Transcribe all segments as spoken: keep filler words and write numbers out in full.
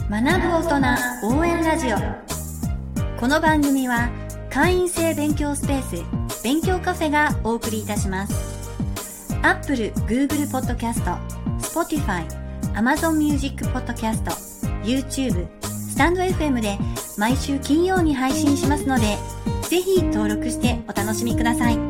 学ぶ大人応援ラジオ。この番組は会員制勉強スペース勉強カフェがお送りいたします。 Apple、Google Podcast、Spotify、Amazon Music Podcast、YouTube、スタンド エフエム で毎週金曜に配信しますので、ぜひ登録してお楽しみください。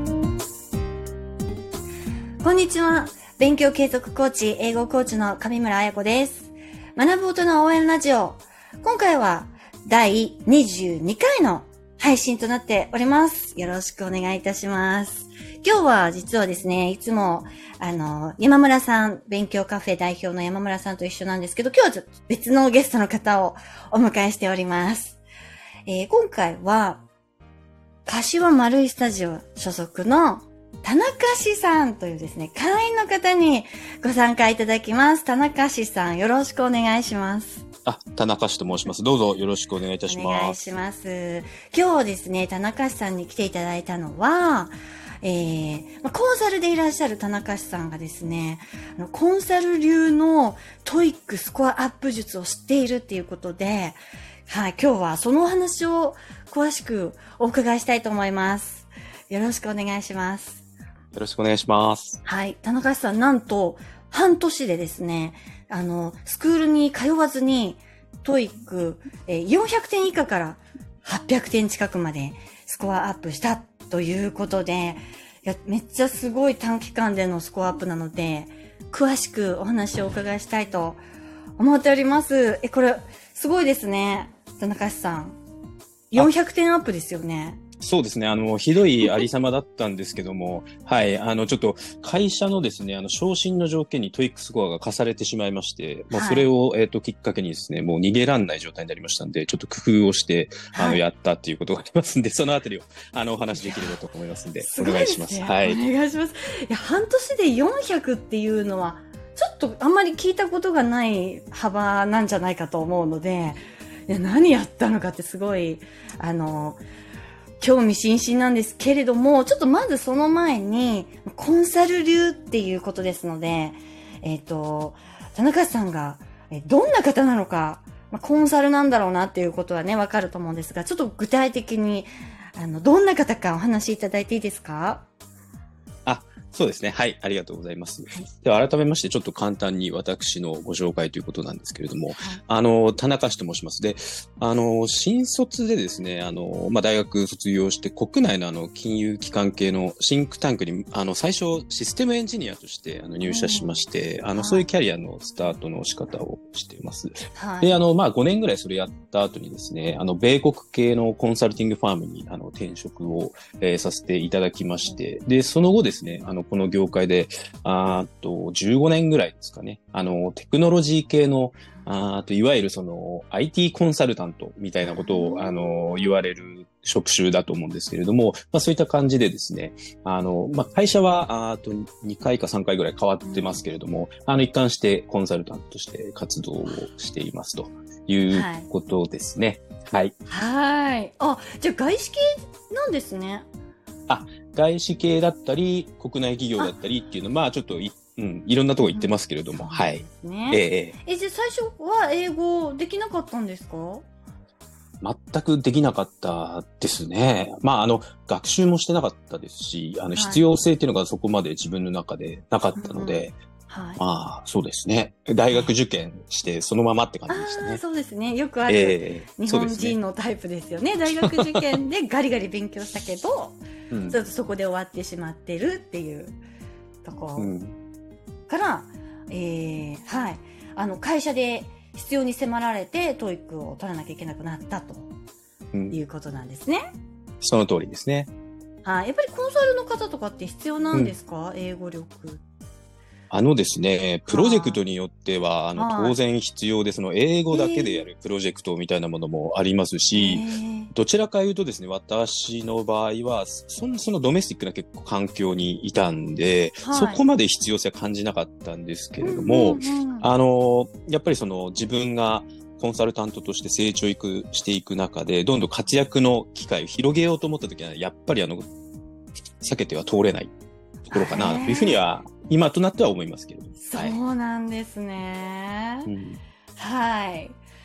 こんにちは。勉強継続コーチ、英語コーチの上村彩子です。学ぶ大人応援ラジオ。今回はだいにじゅうにかいの配信となっております。よろしくお願いいたします。今日は実はですね、いつもあの山村さん、勉強カフェ代表の山村さんと一緒なんですけど、今日はちょっと別のゲストの方をお迎えしております。えー、今回は柏丸いスタジオ所属の田中氏さんというですね、会員の方にご参加いただきます。田中氏さん、よろしくお願いします。 あ、田中氏と申します。どうぞよろしくお願いいたします。 お願いします。今日ですね、田中氏さんに来ていただいたのは、えー、コンサルでいらっしゃる田中氏さんがですね、コンサル流のトイックスコアアップ術を知っているっていうことで、はい、今日はそのお話を詳しくお伺いしたいと思います。よろしくお願いします。 よろしくお願いします。 はい。田中さん、なんと、半年でですね、あの、スクールに通わずに、トイック、えー、よんひゃくてん以下からはっぴゃくてん近くまでスコアアップしたということで、いや、めっちゃすごい短期間でのスコアアップなので、詳しくお話をお伺いしたいと思っております。え、これ、すごいですね。田中さん。よんひゃくてんアップですよね。 そうですね。あの、ひどいありさまだったんですけども、はい。あの、ちょっと、会社のですね、あの、昇進の条件にトイックスコアが課されてしまいまして、まあ、それを、えっと、きっかけにですね、もう逃げらんない状態になりましたんで、ちょっと工夫をして、あの、やったっていうことがありますんで、そのあたりを、あの、お話しできればと思いますんで、お願いします。はい。 お願いします。いや、半年でよんひゃくっていうのは、ちょっとあんまり聞いたことがない幅なんじゃないかと思うので、いや、何やったのかってすごい、あの、興味津々なんですけれども、ちょっとまずその前に、コンサル流っていうことですので、えっと、田中さんがどんな方なのか、コンサルなんだろうなっていうことはね、わかると思うんですが、ちょっと具体的に、あの、どんな方かお話しいただいていいですか？ あ、そうですね。はい。ありがとうございます。 はい、 では、改めまして、ちょっと簡単に私のご紹介ということなんですけれども、はい、あの、田中氏と申します。で、あの、新卒でですね、あの、まあ、大学卒業して、国内のあの、金融機関系のシンクタンクに、あの、最初、システムエンジニアとして、あの、入社しまして、うん、あの、そういうキャリアのスタートの仕方をしています。はい、で、あの、まあ、ごねんぐらいそれやった後にですね、あの、米国系のコンサルティングファームに、あの、転職を、えー、させていただきまして、で、その後ですね、あの、この業界で、あと、じゅうごねんぐらいですかね。あの、テクノロジー系の、あと、いわゆるその、アイティー コンサルタントみたいなことを、あの、言われる職種だと思うんですけれども、まあそういった感じでですね、あの、まあ会社は、あとにかいかさんかいぐらい変わってますけれども、あの、一貫してコンサルタントとして活動をしていますということですね。はい。 はい。はい。あ、じゃあ外資系なんですね。 あ、外資系だったり、国内企業だったりっていうのは、まあちょっとい、うん、いろんなとこ行ってますけれども、うん、はい。 ね、ええ。え、じゃあ最初は英語できなかったんですか？ 全くできなかったですね。まああの、学習もしてなかったですし、あの、必要性っていうのがそこまで自分の中でなかったので、うん、はい、まあ、そうですね。大学受験してそのままって感じでしたね。 あ、そうですね。よくある、えー、日本人のタイプですよね。大学受験でガリガリ勉強したけど、うん、ちょっとそこで終わってしまってるっていうところから、うん、えー、はい。あの、会社で必要に迫られて、トイックを取らなきゃいけなくなったということなんですね。うん、 その通りですね。 はい。やっぱりコンサルの方とかって必要なんですか？うん、英語力。 あのですね、プロジェクトによっては、あの、当然必要で、その英語だけでやるプロジェクトみたいなものもありますし、どちらか言うとですね、私の場合は、そんなそのドメスティックな結構環境にいたんで、はい、そこまで必要性は感じなかったんですけれども、うんうんうん、あの、やっぱりその自分がコンサルタントとして成長いくしていく中で、どんどん活躍の機会を広げようと思った時は、やっぱりあの、避けては通れないところかな、というふうには、今となっては思いますけれども。 そうなんですね。はい。うん、はい。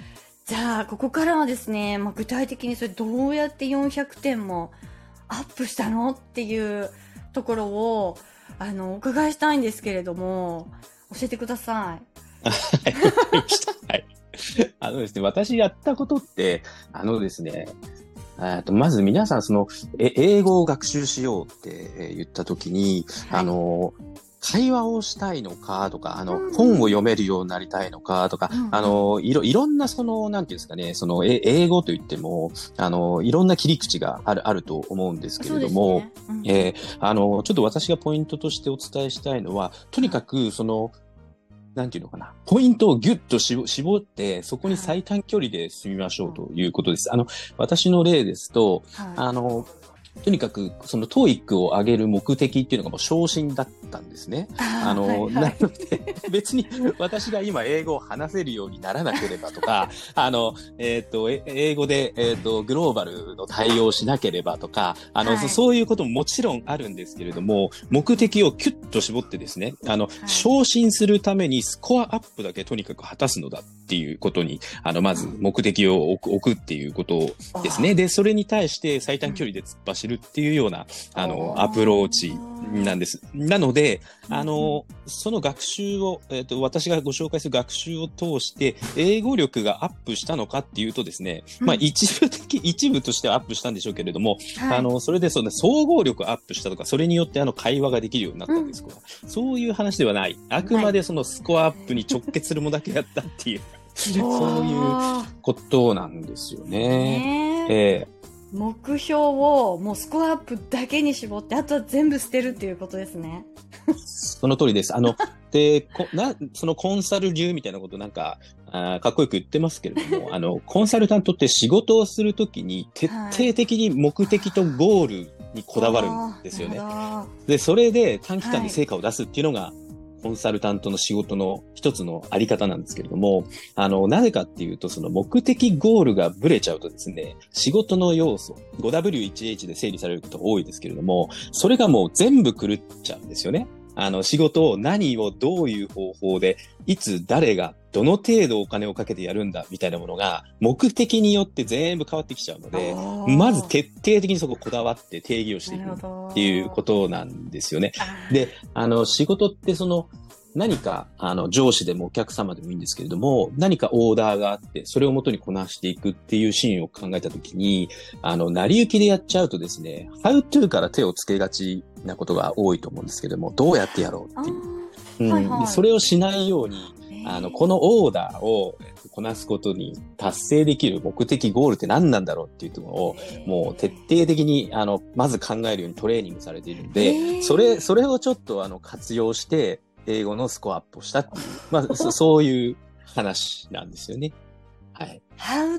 じゃあ、ここからはですね、まあ、具体的にそれどうやってよんひゃくてんもアップしたのっていうところを、あの、お伺いしたいんですけれども、教えてください。 はい。あのですね、私やったことって、あのですね、えっと、まず皆さん、その、え、英語を学習しようって言ったときに、はい、あの、会話をしたいのかとか、あの、うん、本を読めるようになりたいのかとか、うん、あの、いろ、いろんなその、なんていうんですかね、その、え、英語といっても、あの、いろんな切り口がある、あると思うんですけれども、ねうん、えー、あの、ちょっと私がポイントとしてお伝えしたいのは、とにかく、その、なんていうのかな。ポイントをギュッと絞って、そこに最短距離で進みましょうということです。はい、あの、私の例ですと、はい、あの、とにかく、その、トーイックを上げる目的っていうのがもう昇進だったんですね。あ, あの、はいはい、なので、別に私が今英語を話せるようにならなければとか、あの、えっ、ー、と、英語で、えっ、ー、と、グローバルの対応しなければとか、あの、はい、そういうことももちろんあるんですけれども、目的をキュッと絞ってですね、あの、はい、昇進するためにスコアアップだけとにかく果たすのだっていうことに、あの、まず目的を置く、置くっていうことですね。で、それに対して最短距離で突っ走るっていうような、あの、アプローチなんです。なので、あの、その学習を、えっと、私がご紹介する学習を通して、英語力がアップしたのかっていうとですね、まあ、一部的、一部としてはアップしたんでしょうけれども、はい、あの、それでその総合力アップしたとか、それによってあの、会話ができるようになったんですか、うん、そういう話ではない。あくまでそのスコアアップに直結するものだけやったっていう、そういうことなんですよね。えー目標をもうスコアアップだけに絞って、あとは全部捨てるっていうことですね。 その通りです。あの、で、こなそのコンサル流みたいなことなんか、あかっこよく言ってますけれども、あの、コンサルタントって仕事をするときに徹底的に目的とゴールにこだわるんですよね。で、それで短期間に成果を出すっていうのが、はいコンサルタントの仕事の一つのあり方なんですけれども、あの、なぜかっていうと、その目的ゴールがブレちゃうとですね、仕事の要素、ごダブリューいちエイチ で整理されることが多いですけれども、それがもう全部狂っちゃうんですよね。あの、仕事を何をどういう方法で、いつ誰がどの程度お金をかけてやるんだみたいなものが目的によって全部変わってきちゃうので、まず徹底的にそここだわって定義をしていくっていうことなんですよね。で、あの、仕事ってその、何か、あの、上司でもお客様でもいいんですけれども、何かオーダーがあって、それを元にこなしていくっていうシーンを考えたときに、あの、成り行きでやっちゃうとですね、how to から手をつけがちなことが多いと思うんですけれども、どうやってやろうっていう。うんはいはい、それをしないように、あの、このオーダーをこなすことに達成できる目的ゴールって何なんだろうっていうのを、もう徹底的に、あの、まず考えるようにトレーニングされているので、それ、それをちょっとあの、活用して、英語のスコアアップをしたっていう、まあ、そ, そういう話なんですよね。はい。 How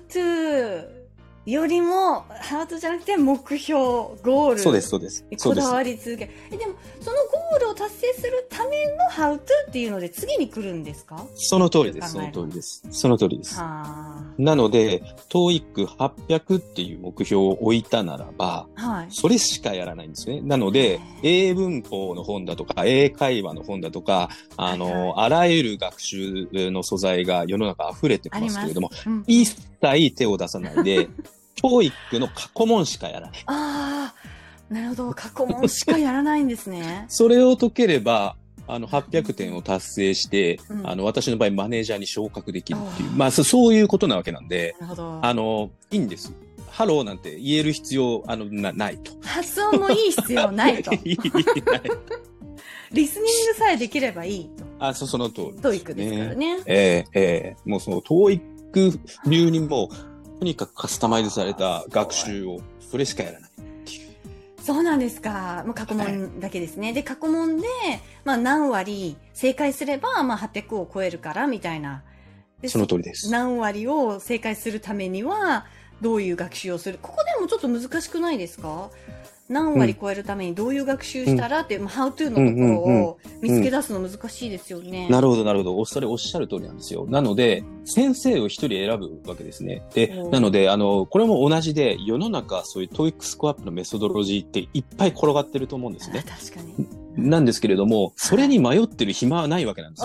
to よりも、How to じゃなくて目標、ゴール。 そうです、そうです。 こだわり続け。え、でも、そのゴールを達成するための How to っていうので次に来るんですか？ その通りです、その通りです。その通りです。なので、トーイックはっぴゃく っていう目標を置いたならば、はい、それしかやらないんですね。なので、英文法の本だとか、英会話の本だとか、あの、はいはい、あらゆる学習の素材が世の中溢れてますけれども、うん、一切手を出さないで、トーイックの過去問しかやらない。 ああ、なるほど。過去問しかやらないんですね。 それを解ければ、あの、はっぴゃくてんを達成して、うん、あの、私の場合、マネージャーに昇格できるっていう、まあ、そういうことなわけなんで、なるほど。あの、いいんです。ハローなんて言える必要、あの、な、ないと。 発音もいい必要ないと。いいないリスニングさえできればいいと。 あ、そ、その通り、 ね。トーイックですからね。 ええええもうその、トーイック流にも、とにかくカスタマイズされた学習を、それしかやらないっていう。 そうなんですか。まあ、過去問だけですね。はい、で、過去問で、まあ、何割正解すれば、まあ、はっぴゃくを超えるから、みたいな。 でその通りです。 何割を正解するためには、どういう学習をする。ここでもちょっと難しくないですか？何割超えるためにどういう学習したらって、うん、How to のところを見つけ出すの難しいですよね。 うん、なるほど、なるほど。それおっしゃる通りなんですよ。なので、先生を一人選ぶわけですね。で、なので、あの、これも同じで、世の中、そういう トーイック スコアアップのメソドロジーっていっぱい転がってると思うんですね。 確かに。 なんですけれども、それに迷ってる暇はないわけなんですよね。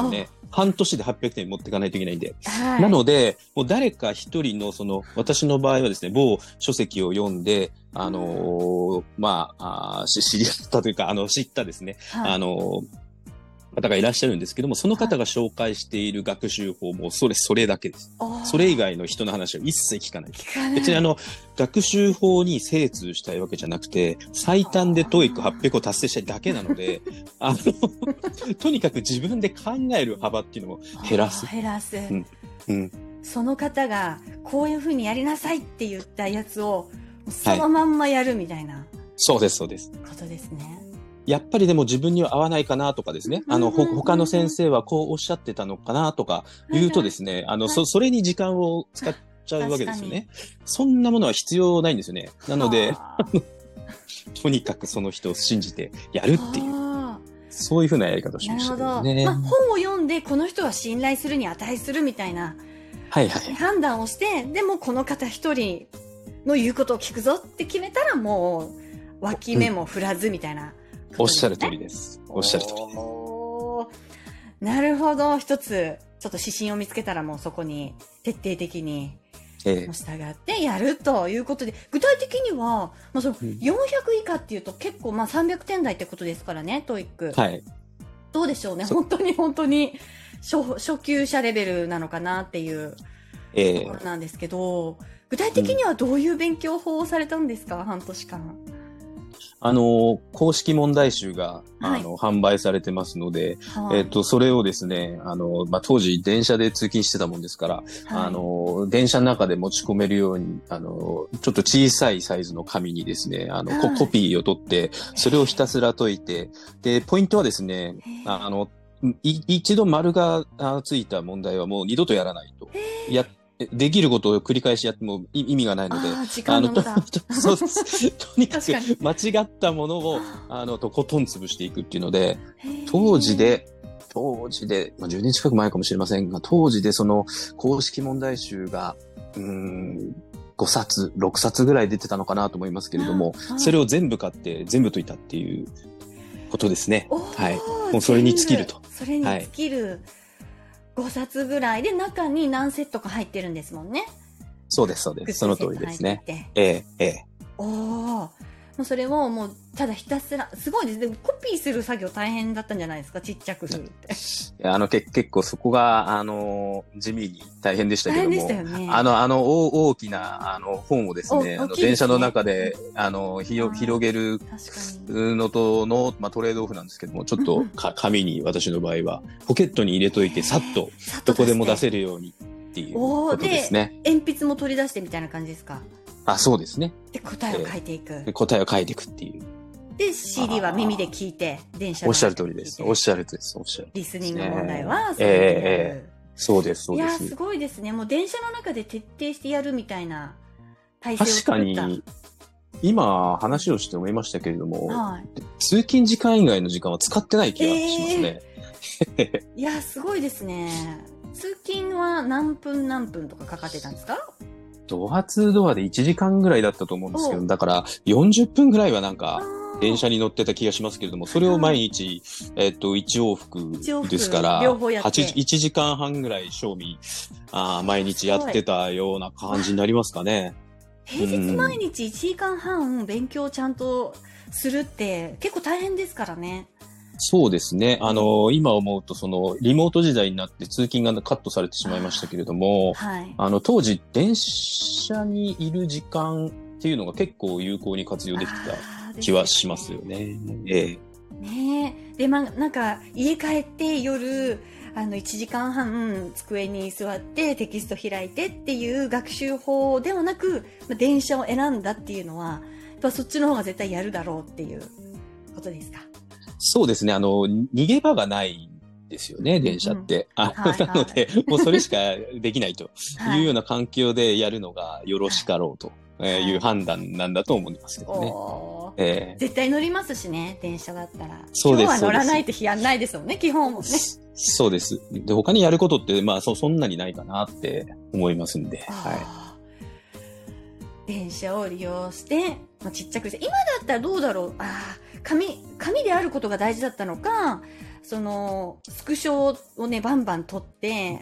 半年ではっぴゃくてん持っていかないといけないんで。 はい、 なので、もう誰か一人の、その、私の場合はですね、某書籍を読んで、あのー、まあ、あ知り合ったというか、あの、知ったですね、はい、あのー、方がいらっしゃるんですけども、その方が紹介している学習法も、それ、それだけです。それ以外の人の話は一切聞かない。 聞かない。 別にあの、学習法に精通したいわけじゃなくて、最短でトーイックはっぴゃくを達成したいだけなので、あの、とにかく自分で考える幅っていうのも減らす。 減らす。うん。 うん。 その方が、こういうふうにやりなさいって言ったやつを、そのまんまやるみたいな、はい。 そうです、そうです。 ことですね。 やっぱりでも自分には合わないかなとかですね、あの、ほ、他の先生はこうおっしゃってたのかなとか言うとですね、あの、そ、それに時間を使っちゃうわけですよね。そんなものは必要ないんですよね。なので、とにかくその人を信じてやるっていう、そういうふうなやり方をしましたね。なるほど。 まあ、本を読んで、この人は信頼するに値するみたいな、 はいはい。 判断をして、でもこの方一人の言うことを聞くぞって決めたらもう、脇目も振らずみたいな、うんおっしゃる通りです。おっしゃる通りです。 なるほど。一つ、ちょっと指針を見つけたらもうそこに徹底的に従ってやるということで、ええ、具体的には、まあ、そのよんひゃく以下っていうと結構まあさんびゃくてん台ってことですからね、トーイック。 はい。 どうでしょうね。本当に本当に初、初級者レベルなのかなっていうところなんですけど、ええ、具体的にはどういう勉強法をされたんですか、うん、半年間。 あの、公式問題集が、はい、あの、販売されてますので、はい、えっと、それをですね、あの、まあ、当時電車で通勤してたもんですから、はい、あの、電車の中で持ち込めるように、あの、ちょっと小さいサイズの紙にですね、あの、はい、コピーを取って、それをひたすら解いて、で、ポイントはですね、あの、い一度丸がついた問題はもう二度とやらないと。やできることを繰り返しやっても意味がないので、 あ時間の無駄。 そうです。とにかく間違ったものを、あの、とことん潰していくっていうので、当時で、当時で、まあ、じゅうねん近く前かもしれませんが、当時でその公式問題集が、うーん、ごさつ、ろくさつぐらい出てたのかなと思いますけれども、それを全部買って全部解いたっていうことですね。はい。もうそれに尽きると。 それに尽きる。はいごさつぐらいで中に何セットか入ってるんですもんね。 そうです、そうです。その通りですね。ええ、ええ。 おー。もうそれをもう、ただひたすら、すごいです。でもコピーする作業大変だったんじゃないですか、ちっちゃくするって。 あの、け、結構そこが、あの、地味に大変でしたけども。 大変でしたよね。 あの、あの、大大きな、あの、本をですね、あの、電車の中で、あの、ひろ、広げるのとの、まあ、トレードオフなんですけども、ちょっとか、紙に私の場合は、ポケットに入れといて、さっと、どこでも出せるようにっていうことですね。 で、鉛筆も取り出してみたいな感じですか？ あ、そうですね。 で、答えを書いていく。 で、答えを書いていくっていう。 で、シーディー は耳で聞いて、電車おっしゃる通りです。おっしゃる通りです。おっしゃる。 リスニング問題は、 そうええそうです、そうです。 いや、すごいですね。もう電車の中で徹底してやるみたいな体制を作った。 確かに、今話をして思いましたけれども、はい、通勤時間以外の時間は使ってない気がしますね。 えー、いや、すごいですね。通勤は何分何分とかかかってたんですか？ ドアツードアでいちじかんぐらいだったと思うんですけど、だからよんじゅっぷんぐらいはなんか電車に乗ってた気がしますけれども、それを毎日、えっと、いち往復ですから、いちじかんはんぐらい賞味、あ毎日やってたような感じになりますかね。 平日毎日いちじかんはん勉強ちゃんとするって結構大変ですからね。 そうですね。あの、今思うと、その、リモート時代になって通勤がカットされてしまいましたけれども、はい、あの、当時、電車にいる時間っていうのが結構有効に活用できた気はしますよね。ええ。 ねえ。で、まあ、なんか、家帰って夜、あの、いちじかんはん机に座ってテキスト開いてっていう学習法ではなく、まあ、電車を選んだっていうのは、やっぱそっちの方が絶対やるだろうっていうことですか？ そうですね。あの、逃げ場がないですよね、電車って。うん、あはいはい、なので、もうそれしかできないというような環境でやるのがよろしかろうという判断なんだと思いますけどね。はいえー、絶対乗りますしね、電車だったら。そうです。今日は乗らないって日やんないですもんね、基本もね。 そうです。で、他にやることって、まあそ、そんなにないかなって思いますんで。はい。 電車を利用して、まあ、ちっちゃくして、今だったらどうだろう。ああ、 紙、紙であることが大事だったのか、その、スクショをね、バンバン撮って、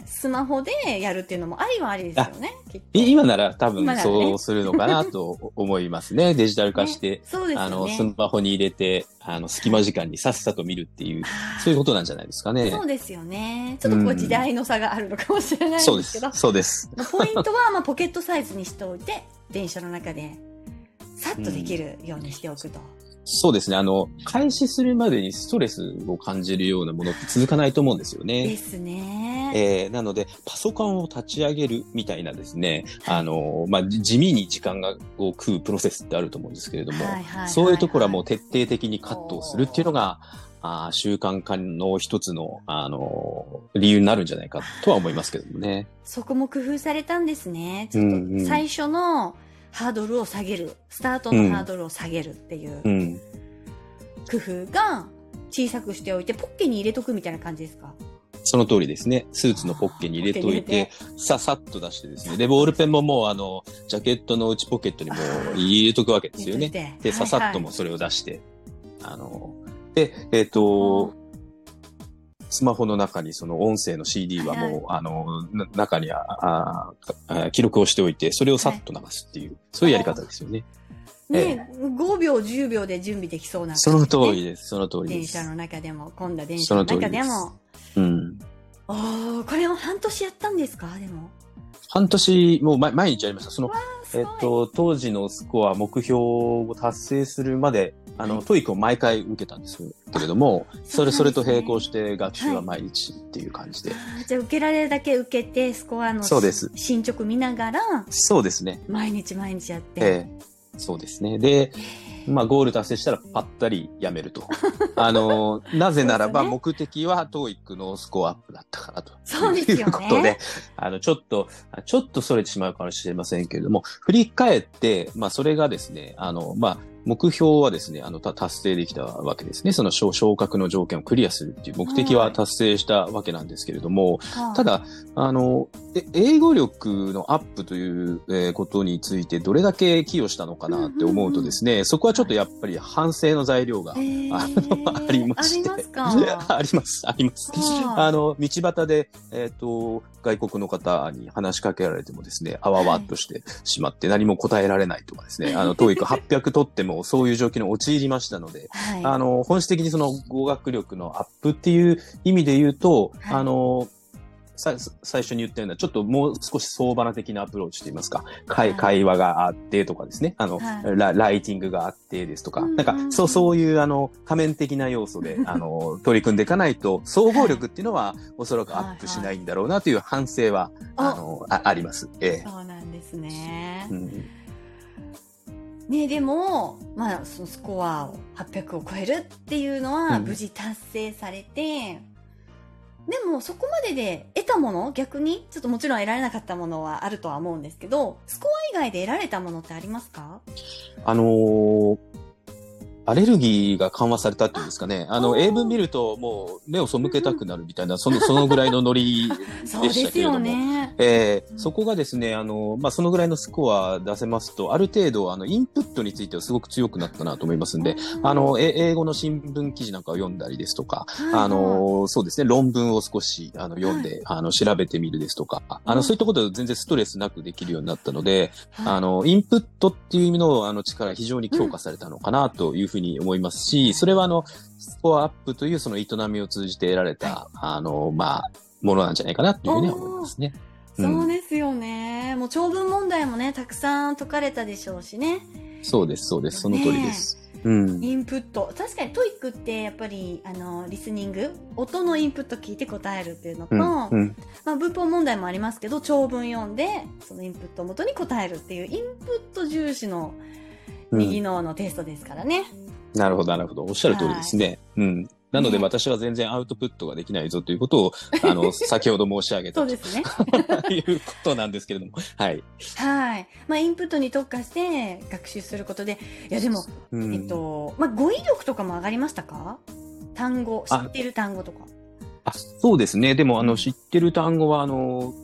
スマホでやるっていうのもありはありですよね。 今なら多分今ならねそうするのかなと思いますね。デジタル化して、 ね、そうですよね。 あの、スマホに入れて、あの、隙間時間にさっさと見るっていう、そういうことなんじゃないですかね。 そうですよね。ちょっとこう時代の差があるのかもしれないんですけど。 そうです。そうです。 ポイントは、まあ、ポケットサイズにしておいて、電車の中で、さっとできるようにしておくと。うんそうですね。あの、開始するまでにストレスを感じるようなものって続かないと思うんですよね。 ですね。 えー、なので、パソコンを立ち上げるみたいなですね、あの、まあ、地味に時間がを食うプロセスってあると思うんですけれども、はいはいはいはい、そういうところはもう徹底的にカットをするっていうのが、あ習慣化の一つの、あの、理由になるんじゃないかとは思いますけどもね。 そこも工夫されたんですね。ちょっと最初の、ハードルを下げる。スタートのハードルを下げるっていう工夫が小さくしておいて、ポッケに入れとくみたいな感じですか？ その通りですね。スーツのポッケに入れといて、ささっと出してですね。で、ボールペンももうあの、ジャケットの内ポケットにもう入れとくわけですよね。で、ささっともそれを出して、はいはい、あの、で、えっと、スマホの中にその音声の シーディー はもう、はいはい、あの、中にああ記録をしておいて、それをさっと流すっていう、はい、そういうやり方ですよね。 ね、えー、ごびょう、じゅうびょうで準備できそうな、ね。 その通りです、その通りです。 電車の中でも、混んだ電車の中でも。 うん。 おー、これを半年やったんですか？でも。 半年、もう毎日やりました。その、えっと、当時のスコア、目標を達成するまで、あの、はい、トイックを毎回受けたんですけれども、それ、それと並行して学習は毎日っていう感じで。はい、 じゃあ、受けられるだけ受けて、スコアの進捗見ながら、 そうですね。 毎日毎日やって。 ええ、そうですね。で、まあ、ゴール達成したらパッタリやめると。あの、なぜならば目的は トーイック のスコアアップだったからと。 そうですよね。 いうことで、あの、ちょっと、ちょっとそれてしまうかもしれませんけれども、振り返って、まあ、それがですね、あの、まあ、目標はですね、あの、達成できたわけですね。その昇格の条件をクリアするっていう目的は達成したわけなんですけれども、はい、ただ、あの、英語力のアップということについてどれだけ寄与したのかなって思うとですね、うんうんうん、そこはちょっとやっぱり反省の材料が、はい、あのありまして。 ありますか？ あります、あります。あの、道端で、えっと、外国の方に話しかけられてもですね、あわわっとしてしまって何も答えられないとかですね、あの、トーイックはっぴゃく取ってもそういう状況に陥りましたので、はい、あの、本質的にその語学力のアップっていう意味で言うと、はい、あの、さ最初に言ったような、ちょっともう少し相場な的なアプローチといいますか、会、会話があってとかですね、あの、はい、ラ、ライティングがあってですとか、なんか、そう、そういう、あの、多面的な要素で、あの、取り組んでいかないと、総合力っていうのは、おそらくアップしないんだろうなという反省は、あの、あ、あります。ええ。 そうなんですね。 うんね、でも、まあ、そのスコアをはっぴゃくを超えるっていうのは無事達成されて、うん、でもそこまでで得たもの、逆にちょっともちろん得られなかったものはあるとは思うんですけど、スコア以外で得られたものってありますか？ あのー、アレルギーが緩和されたっていうんですかね。あの、英文見るともう目を背けたくなるみたいな、その、そのぐらいのノリでしたけれども。そうですよね。えー、そこがですね、あの、まあ、そのぐらいのスコア出せますと、ある程度、あの、インプットについてはすごく強くなったなと思いますんで、あの、え英語の新聞記事なんかを読んだりですとか、あの、そうですね、論文を少し、あの、読んで、あの、調べてみるですとか、あの、そういったことで全然ストレスなくできるようになったので、あの、インプットっていう意味の、あの、力非常に強化されたのかなというふうに思いますし、それはあの、スコアアップというその営みを通じて得られた、はい、あの、まあ、ものなんじゃないかなというふうには思いますね。 そうですよね。うん、もう長文問題もね、たくさん解かれたでしょうしね。 そうです、そうです。その通りです。ね、うん。 インプット。確かにトイックってやっぱり、あの、リスニング、音のインプット聞いて答えるっていうのと、うんうん、まあ、文法問題もありますけど、長文読んで、そのインプットを元に答えるっていう、インプット重視のに技能のテストですからね。 うん、なるほど、なるほど。おっしゃる通りですね。はい、うん。なので私は全然アウトプットができないぞということを、あの、先ほど申し上げたそうですね。 ということなんですけれども。はい。 はい。まあ、インプットに特化して学習することで、いやでも、うん、えっと、まあ、語彙力とかも上がりましたか？単語、知ってる単語とか。 あ、そうですね。でも、あの、知ってる単語は、あの、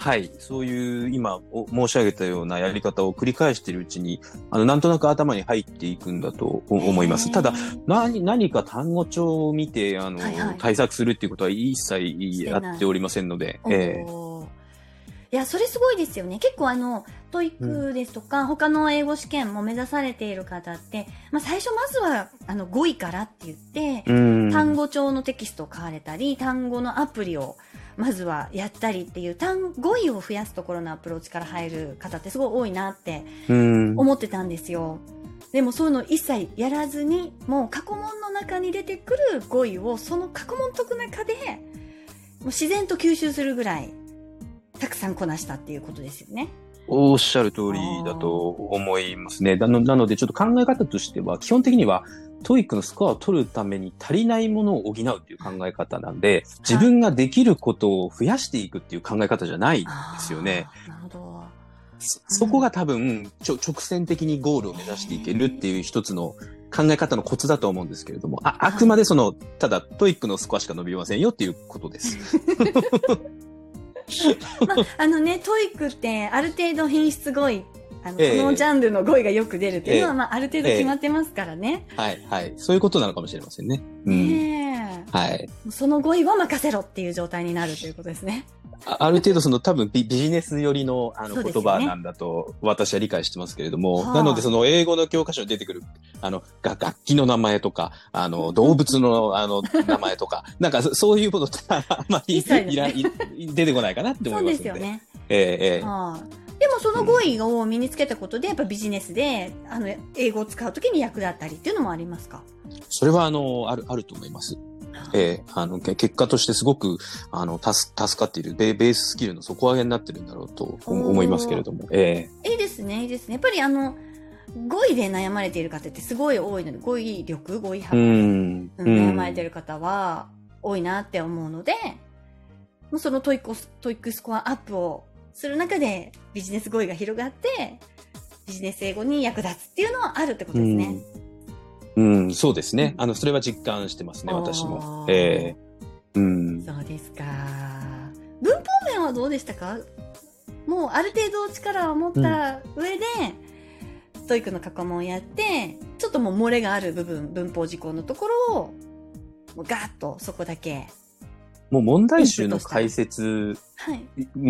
はい。そういう今お申し上げたようなやり方を繰り返しているうちに、あの、なんとなく頭に入っていくんだと思います。ただ、何、何か単語帳を見て、あの、はいはい、対策するっていうことは一切やっておりませんので。えー、 いや、それすごいですよね。結構あの、トイックですとか、うん、他の英語試験も目指されている方って、まあ最初まずは、あの、ごいからって言って、うん、単語帳のテキストを買われたり、単語のアプリをまずはやったりっていう単語彙を増やすところのアプローチから入る方ってすごい多いなって思ってたんですよ。でもそういうの一切やらずに、もう過去問の中に出てくる語彙をその過去問解く中でもう自然と吸収するぐらいたくさんこなしたっていうことですよね。 おっしゃる通りだと思いますね。なの、なのでちょっと考え方としては基本的にはトイックのスコアを取るために足りないものを補うっていう考え方なんで、自分ができることを増やしていくっていう考え方じゃないんですよね。 なるほど。 そ、そこが多分ちょ直線的にゴールを目指していけるっていう一つの考え方のコツだと思うんですけれども、あ、あくまでその、ただトイックのスコアしか伸びませんよっていうことです。 まあ、あのね、トイックってある程度品質語彙、あの、えー、そのジャンルの語彙がよく出るっていうのは、えー、まあ、ある程度決まってますからね。 えー、はい、はい。そういうことなのかもしれませんね。うん、 ねえ。はい。 その語彙は任せろっていう状態になるということですね。 あ, ある程度その多分ビ, ビジネス寄りのあの言葉なんだと私は理解してますけれども、ね、なのでその英語の教科書に出てくるあの楽器の名前とか、あの動物のあの名前とか、なんかそういうものってあまりいらい出てこないかなって思いますので。そうですよね。えーえーはあ、でもその語彙を身につけたことでやっぱビジネスであの英語を使うときに役立ったりっていうのもありますか？ それはあのあるあると思います。えー、あの結果としてすごくあの助助かっているベベーススキルの底上げになってるんだろうと思いますけれども、えー、いいですねいいですね。やっぱりあの語彙で悩まれている方ってすごい多いので、語彙力語彙幅で悩まれている方は多いなって思うので、もうそのトイックトイックスコアアップをする中でビジネス語彙が広がってビジネス英語に役立つっていうのはあるってことですね。 うん、うん、そうですね。あの、それは実感してますね、私も。ええー、うん。 そうですか。文法面はどうでしたか？もうある程度力を持った上で、うん、トイックの過去問をやって、ちょっともう漏れがある部分、文法事項のところを、もうガーッとそこだけ。 もう問題集の解説、はい、うん、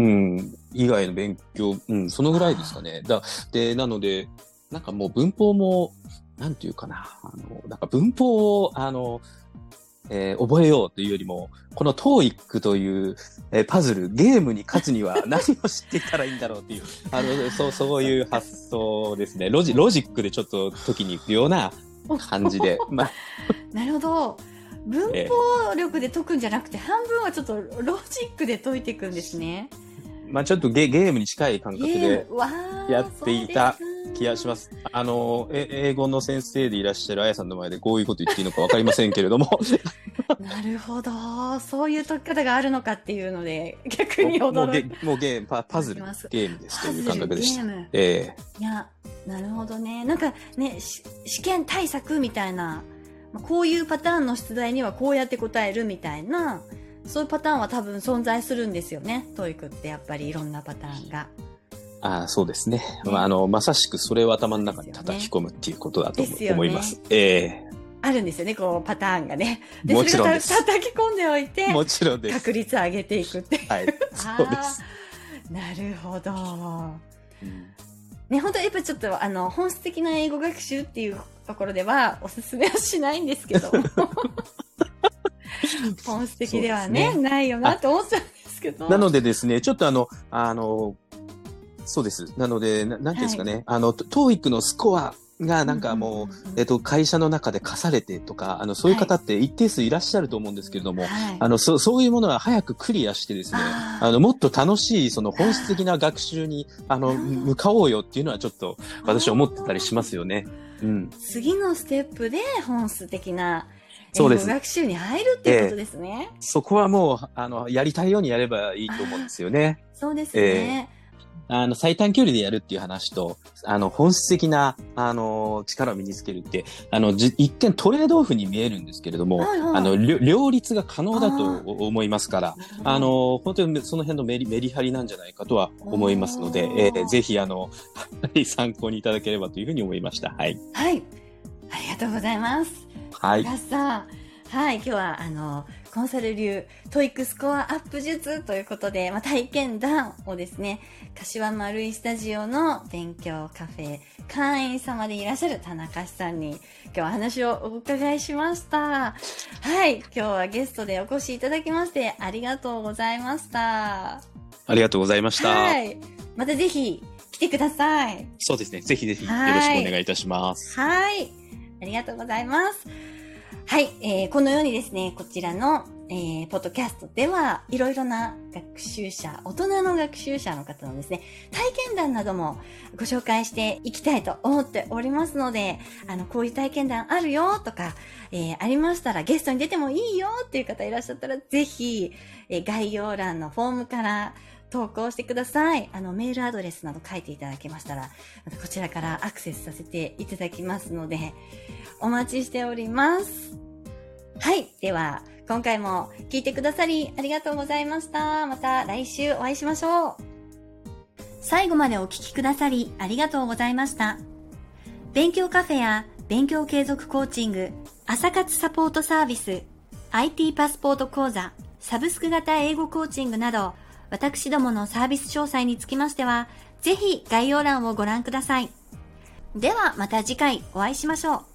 以外の勉強、うん、そのぐらいですかね。だで、なので、なんかもう文法も、なんていうかな、あの、なんか文法を、あの、えー、覚えようというよりも、この トーイック という、えー、パズル、ゲームに勝つには何を知っていたらいいんだろうっていう、あの、そう、そういう発想ですね。ロジ、ロジックでちょっと解きに行くような感じで。まあ、 なるほど。文法力で解くんじゃなくて、えー、半分はちょっとロジックで解いていくんですね。 まあちょっとゲ、ゲームに近い感覚でやっていた気がします。あの、え、英語の先生でいらっしゃるあやさんの前でこういうこと言っていいのかわかりませんけれども。 なるほど。そういう解き方があるのかっていうので、逆に驚いて。もうゲーム、パ、パズル、ゲームですという感覚でした。ゲーム。ええー、いや、なるほどね。なんかね、試験対策みたいな、こういうパターンの出題にはこうやって答えるみたいな、そういうパターンは多分存在するんですよね。トイックってやっぱりいろんなパターンが。 ああ、そうですね。ね、まあ、あの、まさしくそれを頭の中に叩き込むっていうことだと思います。ええー、 あるんですよね、こうパターンがね。で、 もちろんです。 それを叩き込んでおいて、 もちろんです。 確率上げていくって。 はい、そうです。 なるほど。うん、ね、本当やっぱりちょっとあの本質的な英語学習っていうところではおすすめはしないんですけど。本質的では ね, ねないよなと思っちゃうんですけど。 なのでですね、ちょっとあの、あの、そうです。なので、ななんていうんですかね、はい、あの、トーイックのスコアがなんかもう、うんうんうん、えっと、会社の中で課されてとか、あの、そういう方って一定数いらっしゃると思うんですけれども、はい、あの、そ、そういうものは早くクリアしてですね、あ, あの、もっと楽しい、その本質的な学習に、あの、向かおうよっていうのはちょっと、私は思ってたりしますよね。うん。 次のステップで本質的な、そうです。英語学習に入るっていうことですね。 えー、そこはもう、あの、やりたいようにやればいいと思うんですよね。 そうですね。えーあの、最短距離でやるっていう話と、あの、本質的な、あの、力を身につけるって、あの、じ一見トレードオフに見えるんですけれども、はいはい、あの、両立が可能だと思いますから、あの、本当にその辺のメリ、メリハリなんじゃないかとは思いますので、えー、ぜひ、あの、参考にいただければというふうに思いました。はい。 はい。ありがとうございます。 はい。 皆さん、はい、今日は、あの、コンサル流トイックスコアアップ術ということで、まあ、体験談をですね、柏丸井スタジオの勉強カフェ会員様でいらっしゃる田中さんに今日は話をお伺いしました。はい、今日はゲストでお越しいただきましてありがとうございました。 ありがとうございました。 はい、またぜひ来てください。 そうですね、ぜひぜひよろしくお願いいたします。 はい、ありがとうございます。はい、えー、このようにですね、こちらの、えー、ポッドキャストでは、いろいろな学習者、大人の学習者の方のですね、体験談などもご紹介していきたいと思っておりますので、あの、こういう体験談あるよとか、えー、ありましたらゲストに出てもいいよっていう方いらっしゃったら、ぜひ、えー、概要欄のフォームから投稿してください。あの、メールアドレスなど書いていただけましたら、こちらからアクセスさせていただきますので、お待ちしております。はい。では、今回も聞いてくださりありがとうございました。また来週お会いしましょう。最後までお聞きくださりありがとうございました。勉強カフェや勉強継続コーチング、朝活サポートサービス、アイティー パスポート講座、サブスク型英語コーチングなど、私どものサービス詳細につきましては、ぜひ概要欄をご覧ください。ではまた次回お会いしましょう。